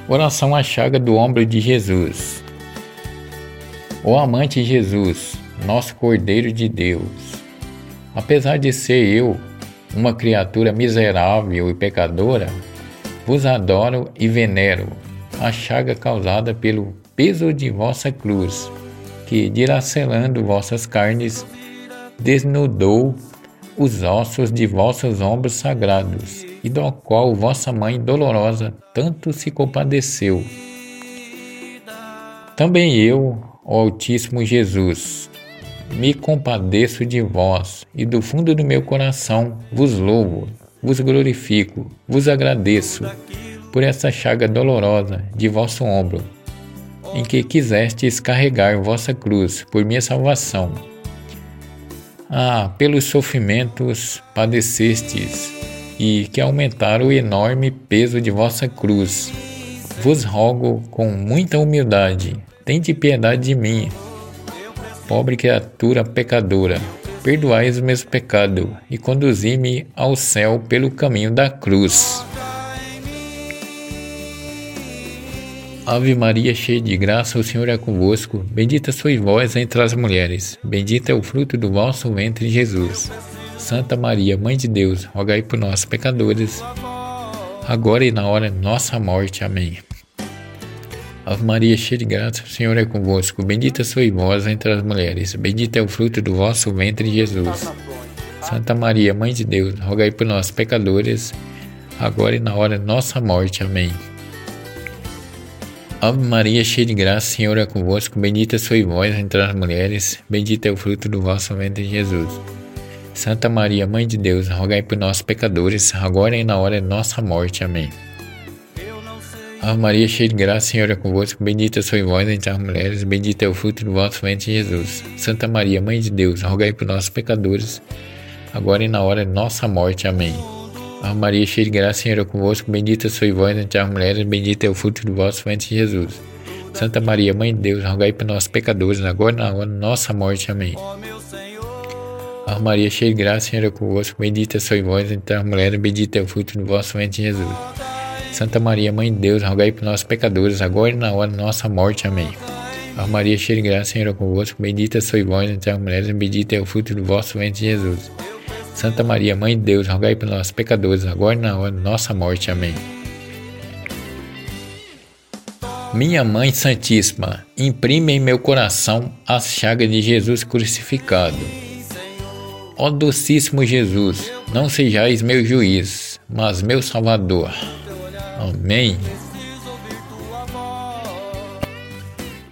Oração à chaga do ombro de Jesus. Ó amante Jesus, nosso Cordeiro de Deus, apesar de ser eu uma criatura miserável e pecadora, vos adoro e venero a chaga causada pelo peso de vossa cruz, que, dilacerando vossas carnes, desnudou os ossos de vossos ombros sagrados, e do qual vossa mãe dolorosa tanto se compadeceu. Também eu, ó Altíssimo Jesus, me compadeço de vós, e do fundo do meu coração vos louvo, vos glorifico, vos agradeço por essa chaga dolorosa de vosso ombro, em que quisestes carregar vossa cruz por minha salvação. Pelos sofrimentos padecestes, e que aumentaram o enorme peso de vossa cruz, vos rogo com muita humildade, tende piedade de mim, pobre criatura pecadora, perdoai os meus pecados e conduzi-me ao céu pelo caminho da cruz. Ave Maria, cheia de graça, o Senhor é convosco. Bendita sois vós entre as mulheres. Bendito é o fruto do vosso ventre, Jesus. Santa Maria, Mãe de Deus, rogai por nós, pecadores, agora e na hora de nossa morte. Amém. Ave Maria, cheia de graça, o Senhor é convosco. Bendita sois vós entre as mulheres. Bendito é o fruto do vosso ventre, Jesus. Santa Maria, Mãe de Deus, rogai por nós, pecadores, agora e na hora de nossa morte. Amém. Ave Maria, cheia de graça, o Senhor é convosco. Bendita sois vós entre as mulheres. Bendito é o fruto do vosso ventre, Jesus. Santa Maria, Mãe de Deus, rogai por nós, pecadores, agora e na hora de nossa morte. Amém. Ave Maria, cheia de graça, o Senhor é convosco. Bendita sois vós entre as mulheres. Bendito é o fruto do vosso ventre, Jesus. Santa Maria, Mãe de Deus, rogai por nós, pecadores, agora e na hora de nossa morte. Amém. Ave Maria, cheia de graça, o Senhor é convosco. Bendita sois vós entre as mulheres. Bendito é o fruto do vosso ventre, Jesus. Santa Maria, Mãe de Deus, rogai por nós, pecadores, agora e na hora de nossa morte. Amém. Ave Maria, cheia de graça, o Senhor é convosco. Bendita sois vós entre as mulheres. Bendito é o fruto do vosso ventre, Jesus. Santa Maria, Mãe de Deus, rogai por nós, pecadores, agora e na hora de nossa morte. Amém. Ave Maria, cheia de graça, o Senhor é convosco. Bendita sois vós entre as mulheres. Bendito é o fruto do vosso ventre, Jesus. Santa Maria, Mãe de Deus, rogai por nós, pecadores, agora e na hora de nossa morte. Amém. Minha Mãe Santíssima, imprime em meu coração as chagas de Jesus crucificado. Ó docíssimo Jesus, não sejais meu juiz, mas meu Salvador. Amém.